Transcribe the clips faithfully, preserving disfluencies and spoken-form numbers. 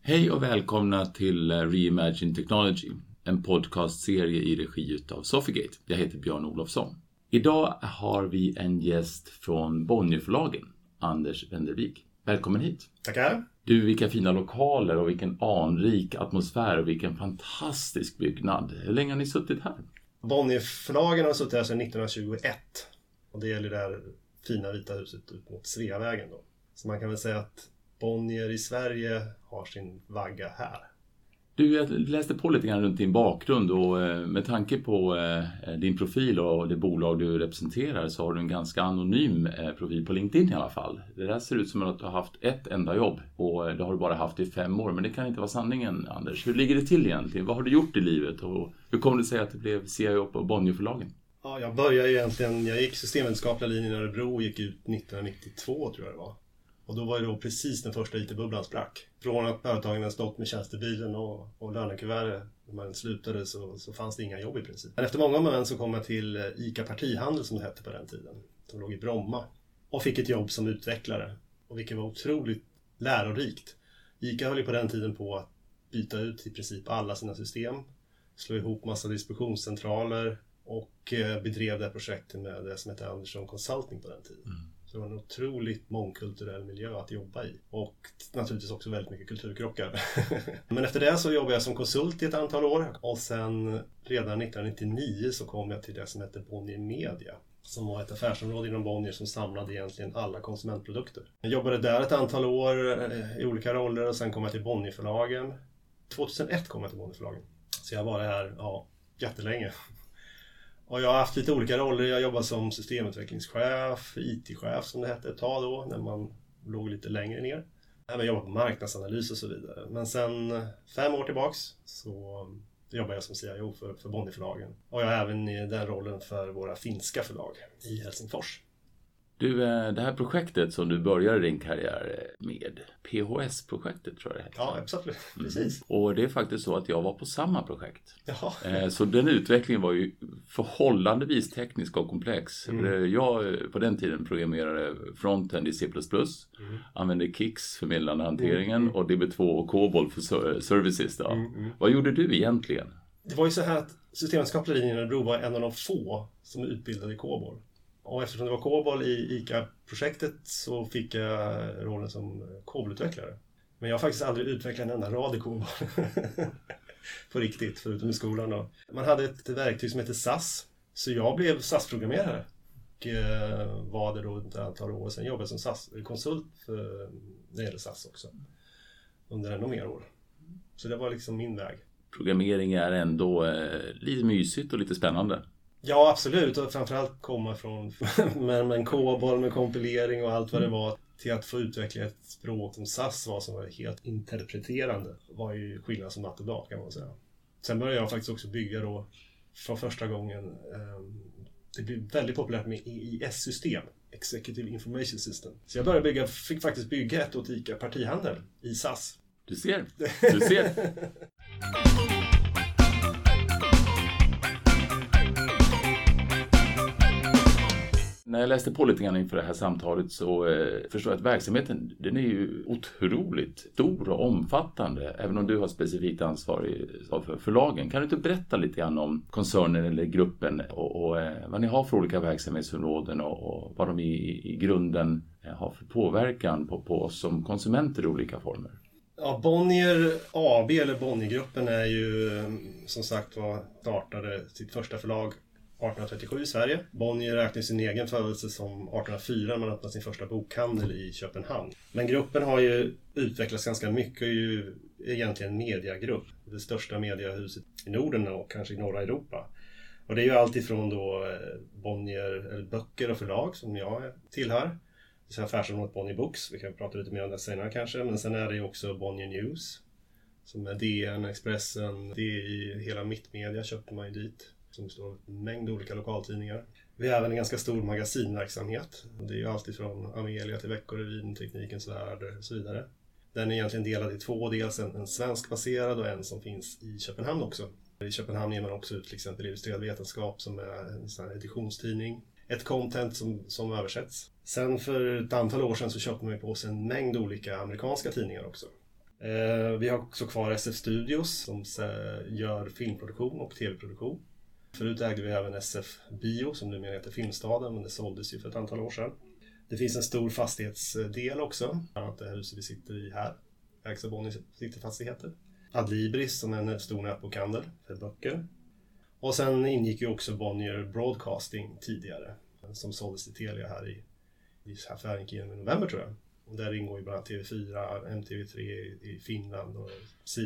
Hej och välkomna till Reimagine Technology, en podcastserie i regi av Sofigate. Jag heter Björn Olofsson. Idag har vi en gäst från Bonnierförlagen, Anders Wendervik. Välkommen hit. Tackar. Du, vilka fina lokaler och vilken anrik atmosfär och vilken fantastisk byggnad. Hur länge har ni suttit här? Bonnierförlagen har suttit här sedan nittonhundratjugoett. Och det gäller det här fina vita huset ut mot Sveavägen då. Så man kan väl säga att Bonnier i Sverige har sin vagga här. Du, jag läste på lite grann runt din bakgrund och med tanke på din profil och det bolag du representerar så har du en ganska anonym profil på LinkedIn i alla fall. Det där ser ut som att du har haft ett enda jobb och det har du bara haft i fem år, men det kan inte vara sanningen, Anders. Hur ligger det till egentligen? Vad har du gjort i livet och hur kom det sig att det blev C I O på Bonnierförlagen? Ja, jag började egentligen, jag gick systemvetenskapliga linjen i Örebro och gick ut nittonhundranittiotvå tror jag det var. Och då var det då precis den första I T-bubblan sprack. Från att företagen hade stått med tjänstebilen och, och lönekuvertet när man slutade så, så fanns det inga jobb i princip. Men efter många månader så kom jag till ICA Partihandel som det hette på den tiden. Som låg i Bromma. Och fick ett jobb som utvecklare. Och vilket var otroligt lärorikt. ICA höll ju på den tiden på att byta ut i princip alla sina system. Slå ihop massa distributionscentraler. Och bedrev det här projektet med det som hette Andersson Consulting på den tiden. Mm. Det var en otroligt mångkulturell miljö att jobba i. Och naturligtvis också väldigt mycket kulturkrockar. Men efter det så jobbade jag som konsult i ett antal år. Och sen redan nittonhundranittionio så kom jag till det som hette Bonnier Media. Som var ett affärsområde inom Bonnier som samlade egentligen alla konsumentprodukter. Jag jobbade där ett antal år i olika roller och sen kom jag till Bonnierförlagen. tjugohundraett kom jag till Bonnierförlagen. Så jag var här ja, jättelänge. Och jag har haft lite olika roller. Jag jobbar som systemutvecklingschef, I T-chef som det hette ett tag då, när man låg lite längre ner. Jag jobbar på marknadsanalys och så vidare. Men sen fem år tillbaks så jobbar jag som C I O för, för Bonnierförlagen. Och jag är även i den rollen för våra finska förlag i Helsingfors. Du, det här projektet som du började din karriär med, P H S-projektet tror jag det heter. Ja, absolut. Precis. Mm. Och det är faktiskt så att jag var på samma projekt. Jaha. Så den utvecklingen var ju förhållandevis teknisk och komplex. Mm. Jag på den tiden programmerade frontend i C plus plus, mm. använde Kix för meddelandehanteringen mm. och D B två och COBOL för services. Då. Mm. Mm. Vad gjorde du egentligen? Det var ju så här att systemvetenskapliga linjen i Örebro var en av de få som utbildade i COBOL. Och eftersom det var COBOL i ICA-projektet så fick jag rollen som COBOL-utvecklare. Men jag har faktiskt aldrig utvecklat en enda rad i COBOL. På riktigt, förutom i skolan då. Man hade ett verktyg som heter S A S. Så jag blev S A S-programmerare. Och var det då ett antal år sedan jobbade som S A S-konsult för när det gäller S A S också. Under ännu mer år. Så det var liksom min väg. Programmering är ändå eh, lite mysigt och lite spännande. Ja, absolut. Och framförallt komma från med, med en COBOL, med kompilering och allt vad det var till att få utveckla ett språk som S A S var som var helt interpreterande. Var ju skillnad som natt och dag kan man säga. Sen började jag faktiskt också bygga då för första gången. Eh, det blev väldigt populärt med E I S-system. Executive Information System. Så jag började bygga, fick faktiskt bygga ett åt ICA Partihandel i S A S. Du ser, du ser. När jag läste på lite grann inför det här samtalet så eh, förstår jag att verksamheten den är ju otroligt stor och omfattande. Även om du har specifikt ansvar i, för förlagen. Kan du inte berätta lite grann om koncernen eller gruppen och, och eh, vad ni har för olika verksamhetsområden och, och vad de i, i grunden eh, har för påverkan på, på oss som konsumenter i olika former? Ja, Bonnier A B eller Bonniergruppen är ju som sagt var startade sitt första förlag artonhundratrettiosju i Sverige. Bonnier räknar sin egen födelse som artonhundrafyra när man öppnade sin första bokhandel i Köpenhamn. Men gruppen har ju utvecklats ganska mycket och är ju egentligen en mediagrupp. Det största mediahuset i Norden och kanske i norra Europa. Och det är ju allt ifrån då Bonnier eller böcker och förlag som jag tillhör. Det är affärsområdet Bonnier Books, vi kan prata lite mer om det senare kanske. Men sen är det ju också Bonnier News. Som är D N, Expressen, det är i hela Mittmedia köpte man ju dit. Som står en mängd olika lokaltidningar. Vi har även en ganska stor magasinverksamhet. Det är ju alltid från Amelia till Veckorevyn, Teknikens Värld och så vidare. Den är egentligen delad i två, dels en, en svenskbaserad och en som finns i Köpenhamn också. I Köpenhamn ger man också ut till exempel Illustrerad vetenskap som är en sån här editionstidning. Ett content som, som översätts. Sen för ett antal år sedan så köpte man på sig en mängd olika amerikanska tidningar också. Eh, vi har också kvar S F Studios som gör filmproduktion och tv-produktion. Förut ägde vi även S F Bio som numera heter Filmstaden, men det såldes ju för ett antal år sedan. Det finns en stor fastighetsdel också, bland annat det huset vi sitter i här, ägs av Bonnier Cityfastigheter. Adlibris som är en stor nätbokhandel för böcker. Och sen ingick ju också Bonnier Broadcasting tidigare, som såldes till Telia här i, i affären i november tror jag. Och där ingår ju bland annat T V fyra, M T V tre i Finland och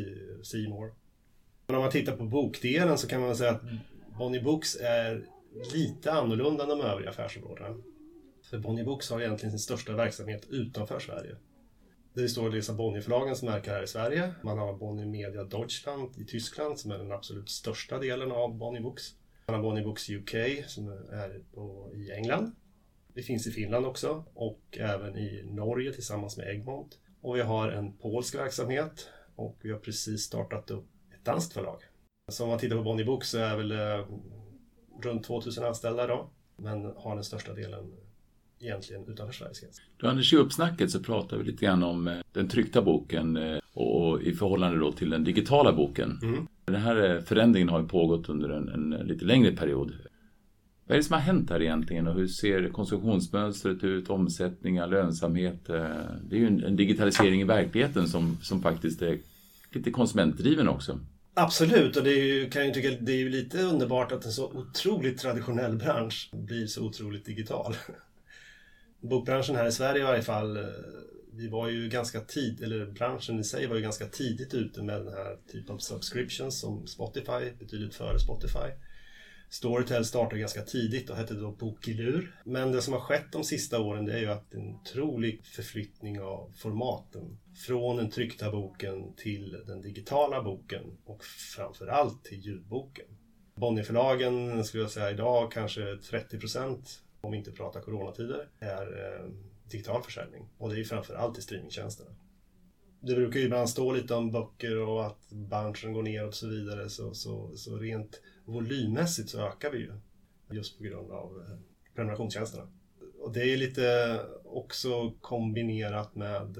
C More. Men om man tittar på bokdelen så kan man säga att Bonnier Books är lite annorlunda än de övriga affärsområdena. För Bonnier Books har egentligen sin största verksamhet utanför Sverige. Det står att läsa Bonnier-förlagen som verkar här i Sverige. Man har Bonnier Media Deutschland i Tyskland som är den absolut största delen av Bonnier Books. Man har Bonnier Books U K som är på, i England. Det finns i Finland också och även i Norge tillsammans med Egmont. Och vi har en polsk verksamhet och vi har precis startat upp ett danskt förlag. Så om man tittar på Bonnier Books så är väl eh, runt tvåtusen anställda idag, men har den största delen egentligen utanför Sveriges gränser. Då Anders, i uppsnacket så pratar vi lite grann om eh, den tryckta boken eh, och i förhållande då till den digitala boken. Mm. Den här eh, förändringen har ju pågått under en, en lite längre period. Vad är det som har hänt här egentligen och hur ser konsumtionsmönstret ut, omsättningar, lönsamhet? Det är ju en digitalisering i verkligheten som, som faktiskt är lite konsumentdriven också. Absolut, och det är ju, kan jag tycka det är ju lite underbart att en så otroligt traditionell bransch blir så otroligt digital. Bokbranschen här i Sverige i varje fall, vi var ju ganska tid, eller branschen i sig var ju ganska tidigt ute med den här typen av subscriptions som Spotify, betydligt före Spotify. Storytel startade ganska tidigt och hette då Bokilur. Men det som har skett de sista åren det är ju att en otrolig förflyttning av formaten. Från den tryckta boken till den digitala boken och framförallt till ljudboken. Bonnierförlagen skulle jag säga idag kanske trettio procent, om vi inte pratar coronatider, är eh, digital försäljning. Och det är ju framförallt i streamingtjänsterna. Det brukar ju ibland stå lite om böcker och att branschen går ner och så vidare. Så, så, så rent volymmässigt så ökar vi ju just på grund av prenumerationstjänsterna. Och det är lite också kombinerat med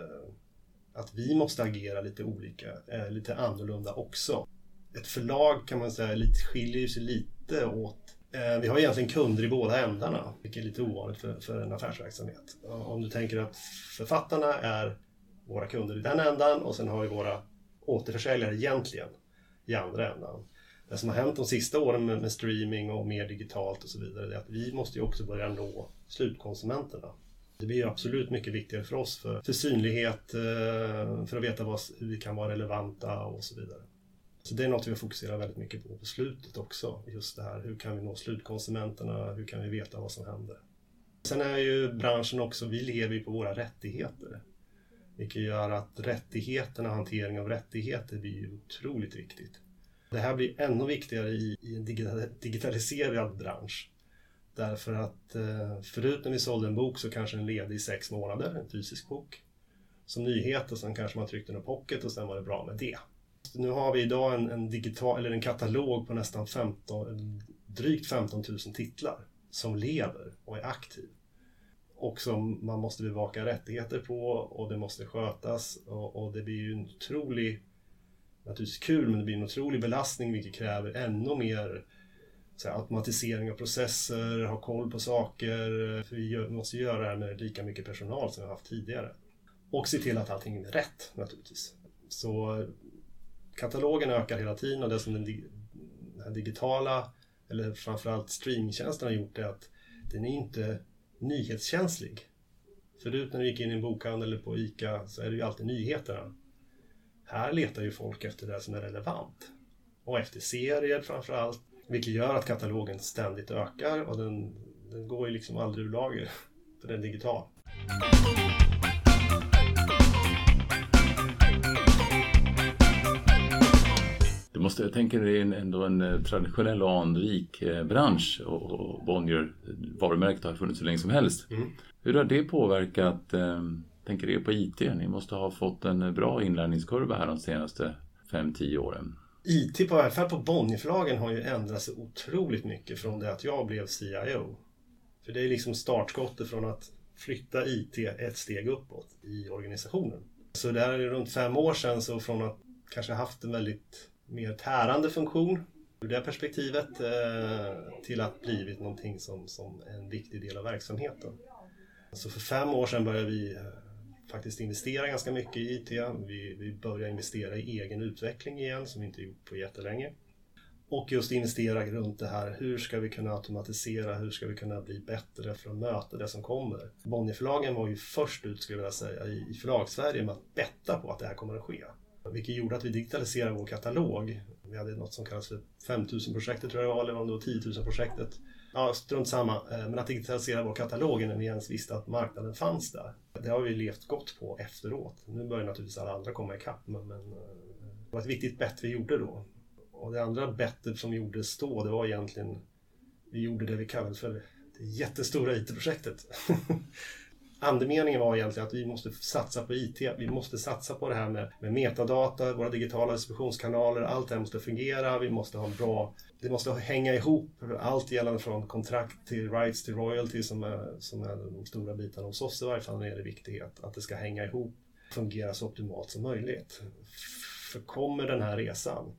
att vi måste agera lite olika, lite annorlunda också. Ett förlag kan man säga lite, skiljer sig lite åt. Vi har egentligen kunder i båda ändarna, vilket är lite ovanligt för, för en affärsverksamhet. Om du tänker att författarna är våra kunder i den ändan och sen har vi våra återförsäljare egentligen i andra ändan. Det som har hänt de sista åren med, med streaming och mer digitalt och så vidare är att vi måste ju också börja nå slutkonsumenterna. Det blir ju absolut mycket viktigare för oss för, för synlighet, för att veta vad, hur vi kan vara relevanta och så vidare. Så det är något vi fokuserar väldigt mycket på på slutet också. Just det här, hur kan vi nå slutkonsumenterna, hur kan vi veta vad som händer. Sen är ju branschen också, vi lever ju på våra rättigheter. Vilket gör att rättigheterna, hantering av rättigheter blir ju otroligt viktigt. Det här blir ännu viktigare i, i en digitaliserad bransch. Därför att eh, förut när vi sålde en bok så kanske den levde i sex månader, en fysisk bok. Som nyhet och sen kanske man tryckte den i pocket och sen var det bra med det. Så nu har vi idag en, en, digital, eller en katalog på nästan femton, drygt femton tusen titlar som lever och är aktiv. Och som man måste bevaka rättigheter på och det måste skötas. Och, och det blir ju en otrolig, naturligtvis kul, men det blir en otrolig belastning vilket kräver ännu mer så här, automatisering av processer, ha koll på saker. För vi gör, måste göra det här med lika mycket personal som vi har haft tidigare. Och se till att allting är rätt naturligtvis. Så katalogen ökar hela tiden och det som den, den här digitala eller framförallt streamingtjänsten har gjort är att den är inte nyhetskänslig. Förut när du gick in i en bokhandel eller på ICA så är det ju alltid nyheterna. Här letar ju folk efter det som är relevant. Och efter serier framförallt. Vilket gör att katalogen ständigt ökar och den, den går ju liksom aldrig ur lager. För den är digital. Du måste, jag tänker det är ändå en traditionell och anrik bransch och Bonnier varumärket har funnits så länge som helst. Mm. Hur har det påverkat, eh, tänker det på I T? Ni måste ha fått en bra inlärningskurva här de senaste fem till tio åren. I T på, i alla fall på Bonnierförlagen har ju ändrat sig otroligt mycket från det att jag blev C I O. För det är liksom startskottet från att flytta I T ett steg uppåt i organisationen. Så det här är runt fem år sedan, så från att kanske haft en väldigt mer tärande funktion ur det perspektivet eh, till att blivit någonting som, som en viktig del av verksamheten. Så för fem år sedan började vi eh, faktiskt investera ganska mycket i I T. Vi, vi började investera i egen utveckling igen, som vi inte gjort på jättelänge. Och just investera runt det här, hur ska vi kunna automatisera, hur ska vi kunna bli bättre för att möta det som kommer. Bonnierförlagen var ju först ut, skulle jag vilja säga, i förlagssverige med att betta på att det här kommer att ske. Vilket gjorde att vi digitaliserade vår katalog. Vi hade något som kallas för fem tusen projektet, tror jag det var, eller om det var tio tusen projektet. Ja, strunt samma. Men att digitalisera vår katalog när vi ens visste att marknaden fanns där. Det har vi levt gott på efteråt. Nu börjar naturligtvis alla andra komma ikapp, men, men det var ett viktigt bett vi gjorde då. Och det andra bettet som gjordes då, det var egentligen, vi gjorde det vi kallade för det jättestora I T-projektet. Andemeningen var egentligen att vi måste satsa på I T, vi måste satsa på det här med, med metadata, våra digitala distributionskanaler, allt det här måste fungera, vi måste ha en bra, det måste hänga ihop, allt gällande från kontrakt till rights till royalty som är, som är de stora bitarna hos oss i varje fall, när det är viktighet, att det ska hänga ihop, fungera så optimalt som möjligt. För kommer den här resan,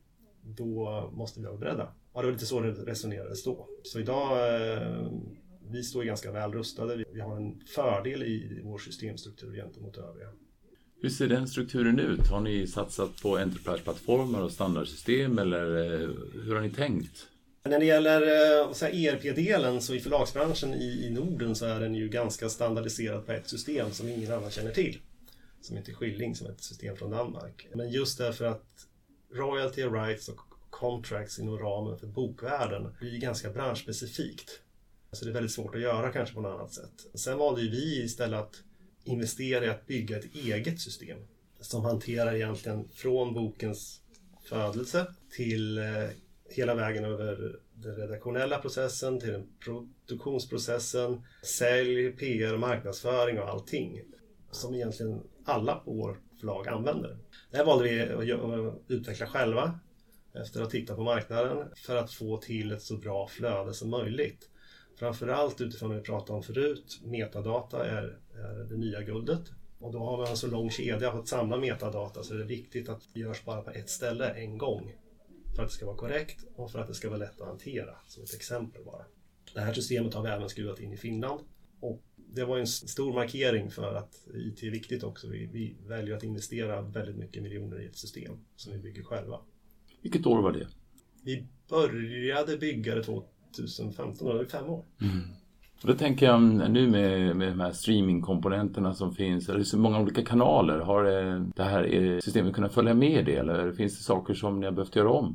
då måste vi vara beredda. Ja, det var lite så det resonerades då. Så idag, eh, vi står ganska väl rustade. Vi, vi har en fördel i vår systemstruktur gentemot övriga. Hur ser den strukturen ut? Har ni satsat på enterprise-plattformar och standardsystem, eller eh, hur har ni tänkt? När det gäller eh, E R P-delen, så i förlagsbranschen i, i Norden så är den ju ganska standardiserad på ett system som ingen annan känner till. Som heter Skilling, som är ett system från Danmark. Men just därför att royalty, rights och contracts inom ramen för bokvärlden blir ganska branschspecifikt. Så det är väldigt svårt att göra kanske på något annat sätt. Sen valde vi istället att investera i att bygga ett eget system som hanterar egentligen från bokens födelse till eh, hela vägen över den redaktionella processen till den produktionsprocessen, sälj, P R, marknadsföring och allting som egentligen alla på vår förlag använder. Det här valde vi att utveckla själva efter att titta på marknaden för att få till ett så bra flöde som möjligt. Framförallt utifrån det vi pratade om förut, metadata är, är det nya guldet. Och då har vi en så lång kedja för att samla metadata, så det är viktigt att det görs bara på ett ställe en gång. För att det ska vara korrekt och för att det ska vara lätt att hantera, som ett exempel bara. Det här systemet har vi även skruvat in i Finland. Och det var en stor markering för att I T är viktigt också. Vi, vi väljer att investera väldigt mycket miljoner i ett system som vi bygger själva. Vilket år var det? Vi började bygga det tjugohundrafemton, det var fem år. Mm. Då tänker jag nu med, med de här streamingkomponenterna som finns, är det så många olika kanaler, har det här systemet kunnat följa med det, eller finns det saker som ni har behövt göra om?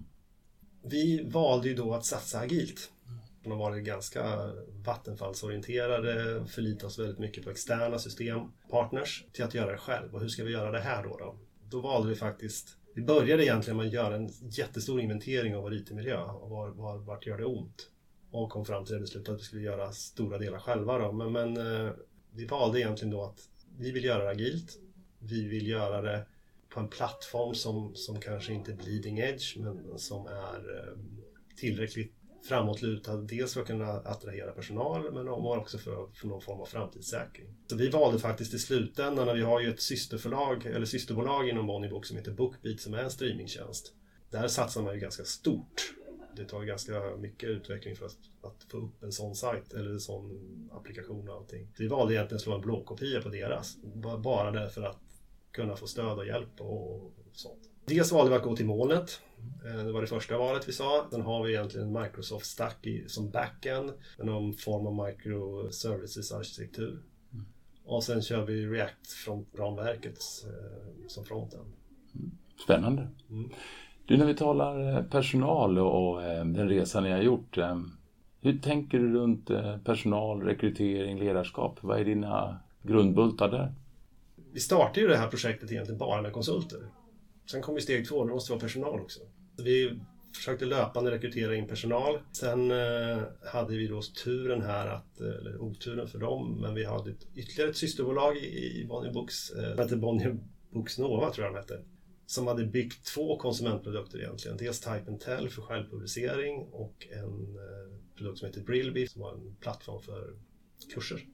Vi valde ju då att satsa agilt. De har varit ganska vattenfallsorienterade, förlitat oss väldigt mycket på externa systempartnners till att göra det själv. Och hur ska vi göra det här då? Då, då valde vi faktiskt, vi började egentligen med att göra en jättestor inventering av vår I T-miljö och var, var, vart gör det ont. Och kom fram till det beslutet att vi skulle göra stora delar själva då. Men, men eh, vi valde egentligen då att vi vill göra det agilt. Vi vill göra det på en plattform som, som kanske inte är bleeding edge, men som är eh, tillräckligt framåtlutad. Dels för att kunna attrahera personal, men också för, för någon form av framtidssäkring. Så vi valde faktiskt i slutändan, när vi har ju ett systerförlag eller systerbolag inom Bonnier som heter Bookbeat, som är en streamingtjänst. Där satsar man ju ganska stort. Det tar ganska mycket utveckling för att, att få upp en sån sajt eller en sån applikation och allting. Så vi valde egentligen att slå en blåkopia på deras. Bara därför att kunna få stöd och hjälp och sånt. Dels valde vi att gå till molnet. Det var det första valet vi sa. Sen har vi egentligen en Microsoft Stack i, som backend. Med någon form av microservices-arkitektur. Mm. Och sen kör vi React från ramverket eh, som frontend. Spännande. Mm. Du, när vi talar personal och eh, den resan ni har gjort. Eh, hur tänker du runt eh, personal, rekrytering, ledarskap? Vad är dina grundbultar där? Vi startade ju det här projektet egentligen bara med konsulter. Sen kom vi steg två, det måste vara personal också. Vi försökte löpande rekrytera in personal. Sen eh, hade vi då turen här, att, eller oturen för dem, men vi hade ett, ytterligare ett systerbolag i, i Bonnier Books, eh, som hette Bonnier Books Nova tror jag de hette. Som hade byggt två konsumentprodukter egentligen. Dels Type and Tell för självpublicering och en eh, produkt som heter Brillby som var en plattform för kurser.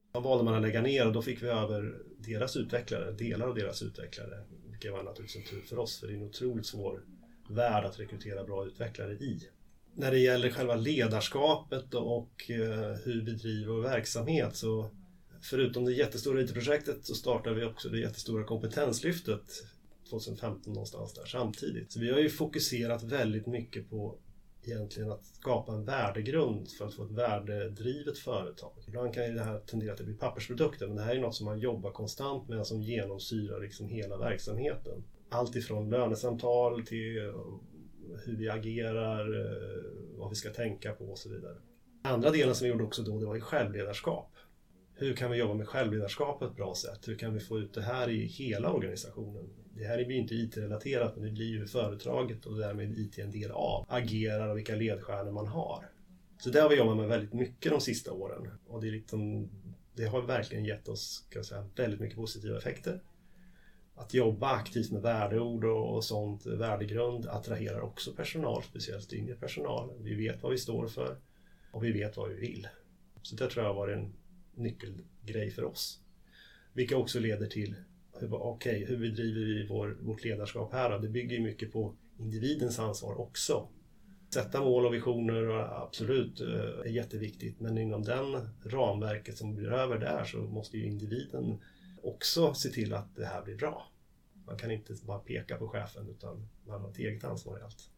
Då valde man att lägga ner och då fick vi över deras utvecklare, delar av deras utvecklare. Vilket var naturligtvis en tur för oss, för det är en otroligt svår värld att rekrytera bra utvecklare i. När det gäller själva ledarskapet och hur vi driver vår verksamhet, så förutom det jättestora I T-projektet så startade vi också det jättestora kompetenslyftet tjugohundrafemton någonstans där samtidigt. Så vi har ju fokuserat väldigt mycket på egentligen att skapa en värdegrund för att få ett värdedrivet företag. Ibland kan ju det här tendera att bli pappersprodukter, men det här är något som man jobbar konstant med, som genomsyrar liksom hela verksamheten. Allt ifrån lönesamtal till hur vi agerar, vad vi ska tänka på och så vidare. Andra delen som vi gjorde också då, det var ju självledarskap. Hur kan vi jobba med självledarskap på ett bra sätt? Hur kan vi få ut det här i hela organisationen? Det här är ju inte I T-relaterat, men det blir ju företaget och därmed I T en del av. Agerar och vilka ledstjärnor man har. Så det har vi jobbat med väldigt mycket de sista åren. Och det, är liksom, det har verkligen gett oss, ska jag säga, väldigt mycket positiva effekter. Att jobba aktivt med värdeord och sånt, värdegrund, attraherar också personal, speciellt yngre personal. Vi vet vad vi står för och vi vet vad vi vill. Så det tror jag var en nyckelgrej för oss. Vilka också leder till hur, okay, hur bedriver vi vår, vårt ledarskap här då? Det bygger ju mycket på individens ansvar också. Sätta mål och visioner absolut är jätteviktigt, men inom den ramverket som blir över där så måste ju individen också se till att det här blir bra. Man kan inte bara peka på chefen, utan man har ett eget ansvar i allt.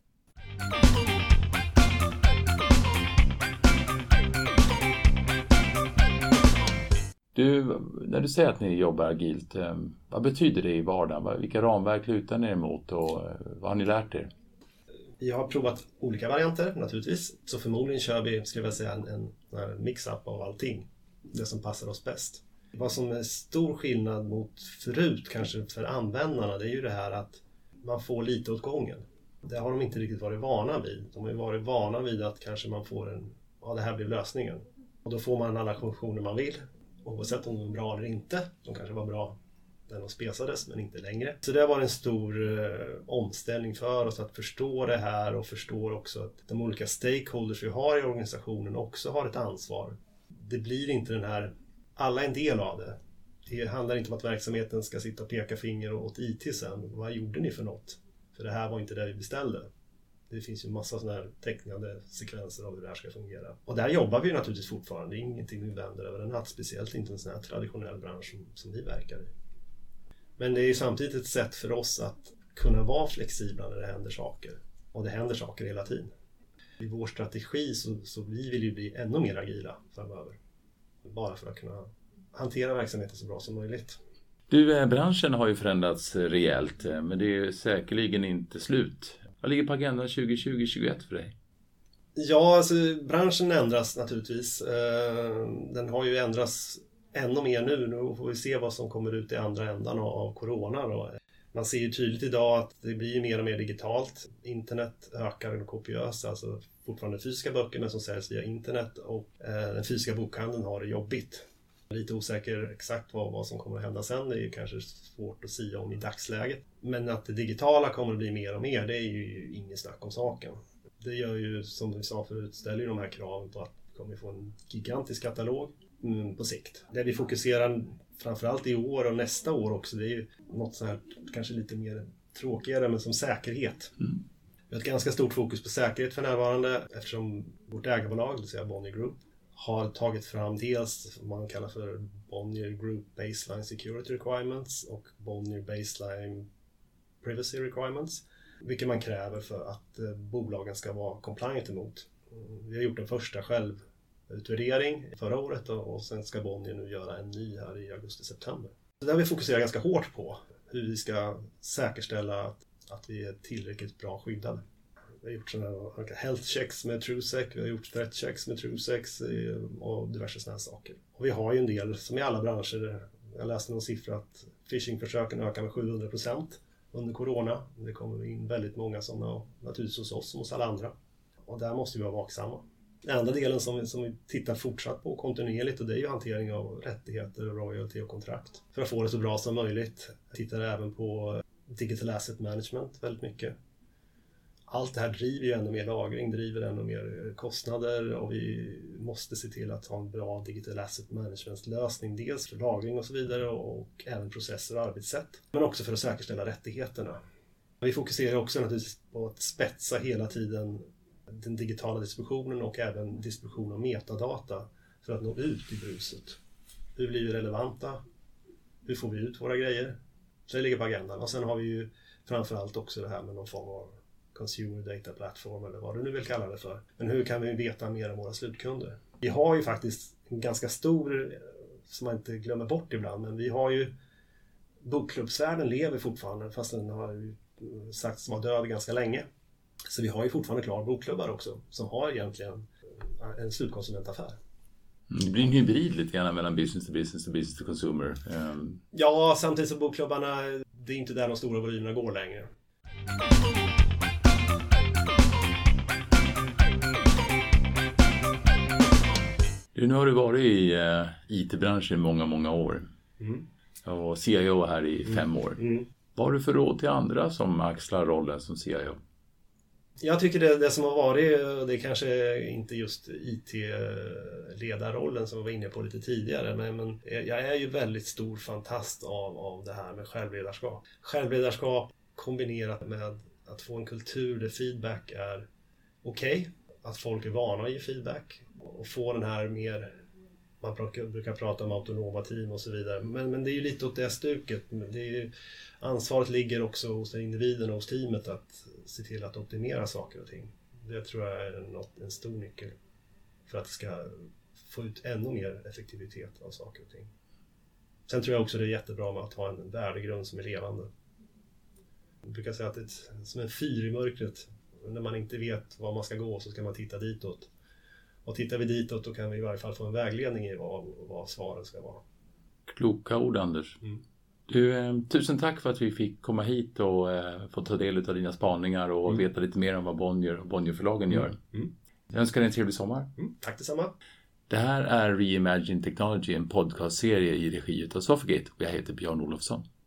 Du, när du säger att ni jobbar agilt, vad betyder det i vardagen? Vilka ramverk lutar ni er emot och vad har ni lärt er? Vi har provat olika varianter naturligtvis, så förmodligen kör vi, skulle jag säga, en, en mix-up av allting. Det som passar oss bäst. Vad som är stor skillnad mot förut kanske för användarna, det är ju det här att man får lite åt gången. Det har de inte riktigt varit vana vid. De har ju varit vana vid att kanske man får en, ja det här blir lösningen. Och då får man alla funktioner man vill, oavsett om de är bra eller inte. De kanske var bra när de spesades, men inte längre. Så det var en stor eh, omställning för oss att förstå det här och förstå också att de olika stakeholders vi har i organisationen också har ett ansvar. Det blir inte den här, alla är en del av det. Det handlar inte om att verksamheten ska sitta och peka finger åt I T sen. Vad gjorde ni för något? För det här var inte det vi beställde. Det finns ju massa sådana här tecknade sekvenser av hur det här ska fungera. Och där jobbar vi naturligtvis fortfarande. Det är ingenting vi vänder över en natt, speciellt inte en sån här traditionell bransch som, som vi verkar i. Men det är ju samtidigt ett sätt för oss att kunna vara flexibla när det händer saker. Och det händer saker hela tiden. I vår strategi så, så vi vill ju bli ännu mer agila framöver. Bara för att kunna hantera verksamheten så bra som möjligt. Du, branschen har ju förändrats rejält, men det är ju säkerligen inte slut. Vad ligger på agendan tjugo tjugo till tjugoett för dig? Ja, alltså branschen ändras naturligtvis. Den har ju ändrats ännu mer nu. Nu får vi se vad som kommer ut i andra ändan av corona då. Man ser ju tydligt idag att det blir mer och mer digitalt. Internet ökar kopiöst, alltså fortfarande fysiska böcker men som säljs via internet, och den fysiska bokhandeln har det jobbigt. Lite osäker exakt vad, vad som kommer att hända sen, det är ju kanske svårt att säga om i dagsläget. Men att det digitala kommer att bli mer och mer, det är ju inget snack om saken. Det gör ju, som vi sa förut, ställer ju de här kraven på att vi kommer få en gigantisk katalog mm, på sikt. Det vi fokuserar framförallt i år och nästa år också, det är ju något så här kanske lite mer tråkigare, men som säkerhet. Mm. Vi har ett ganska stort fokus på säkerhet för närvarande, eftersom vårt ägarbolag, det vill säga Bonnier Group, har tagit fram dels vad man kallar för Bonnier Group Baseline Security Requirements och Bonnier Baseline Privacy Requirements, vilket man kräver för att eh, bolagen ska vara compliant emot. Vi har gjort en första självutvärdering förra året och, och sen ska Bonnier nu göra en ny här i augusti-september. Så där har vi fokuserat ganska hårt på hur vi ska säkerställa att, att vi är tillräckligt bra skyddade. Vi har gjort sådana här health checks med TrueSec, vi har gjort threat checks med TrueSec och diverse sådana här saker. Och vi har ju en del, som i alla branscher, jag läste någon siffra att phishingförsöken ökar med sjuhundra procent under corona. Det kommer in väldigt många sådana, naturligtvis hos oss som hos alla andra. Och där måste vi vara vaksamma. Den andra delen som vi, som vi tittar fortsatt på kontinuerligt, och det är ju hantering av rättigheter, royalty och kontrakt. För att få det så bra som möjligt. Tittar även på digital asset management väldigt mycket. allt det här driver ju ännu mer lagring, driver ännu mer kostnader och vi måste se till att ha en bra digital asset management-lösning. Dels för lagring och så vidare och även processer och arbetssätt. Men också för att säkerställa rättigheterna. Vi fokuserar också naturligtvis på att spetsa hela tiden den digitala distributionen och även distribution av metadata för att nå ut i bruset. Hur blir vi relevanta? Hur får vi ut våra grejer? Så det ligger på agendan. Och sen har vi ju framförallt också det här med någon form av consumer data platform eller vad du nu vill kalla det för. Men hur kan vi veta mer om våra slutkunder? Vi har ju faktiskt en ganska stor, som man inte glömmer bort ibland, men vi har ju bokklubbsvärlden lever fortfarande fast den har ju sagts vara död ganska länge. Så vi har ju fortfarande klar bokklubbar också som har egentligen en slutkonsumentafär. Det blir en hybrid lite grann mellan business to business och business to consumer. Um... Ja, samtidigt som bokklubbarna, det är inte där de stora volymerna går längre. Du, nu har du varit i uh, I T-branschen i många, många år. Mm. Och C I O här i mm. fem år. Mm. Vad har du för råd till andra som axlar rollen som C I O? Jag tycker det, det som har varit, det är kanske inte just I T-ledarrollen som vi var inne på lite tidigare, men, men jag är ju väldigt stor fantast av, av det här med självledarskap. Självledarskap kombinerat med att få en kultur där feedback är okej, okay, att folk är vana att ge feedback och få den här mer, man brukar, brukar prata om autonoma team och så vidare, men, men det är ju lite åt det stuket. Det är ju, ansvaret ligger också hos individen och hos teamet att se till att optimera saker och ting. Det tror jag är något, en stor nyckel för att det ska få ut ännu mer effektivitet av saker och ting. Sen tror jag också det är jättebra med att ha en värdegrund som är levande. Jag brukar säga att det är som en fyr i mörkret. När man inte vet var man ska gå så ska man titta ditåt. Och tittar vi ditåt då kan vi i varje fall få en vägledning i vad, vad svaren ska vara. Kloka ord, Anders. Mm. Du, eh, tusen tack för att vi fick komma hit och eh, få ta del av dina spaningar och mm. veta lite mer om vad Bonnier och Bonnier-förlagen mm. gör. Mm. Jag önskar dig en trevlig sommar. Mm. Tack detsamma. Det här är Reimagine Technology, en podcastserie i regi av Sofagate och jag heter Björn Olofsson.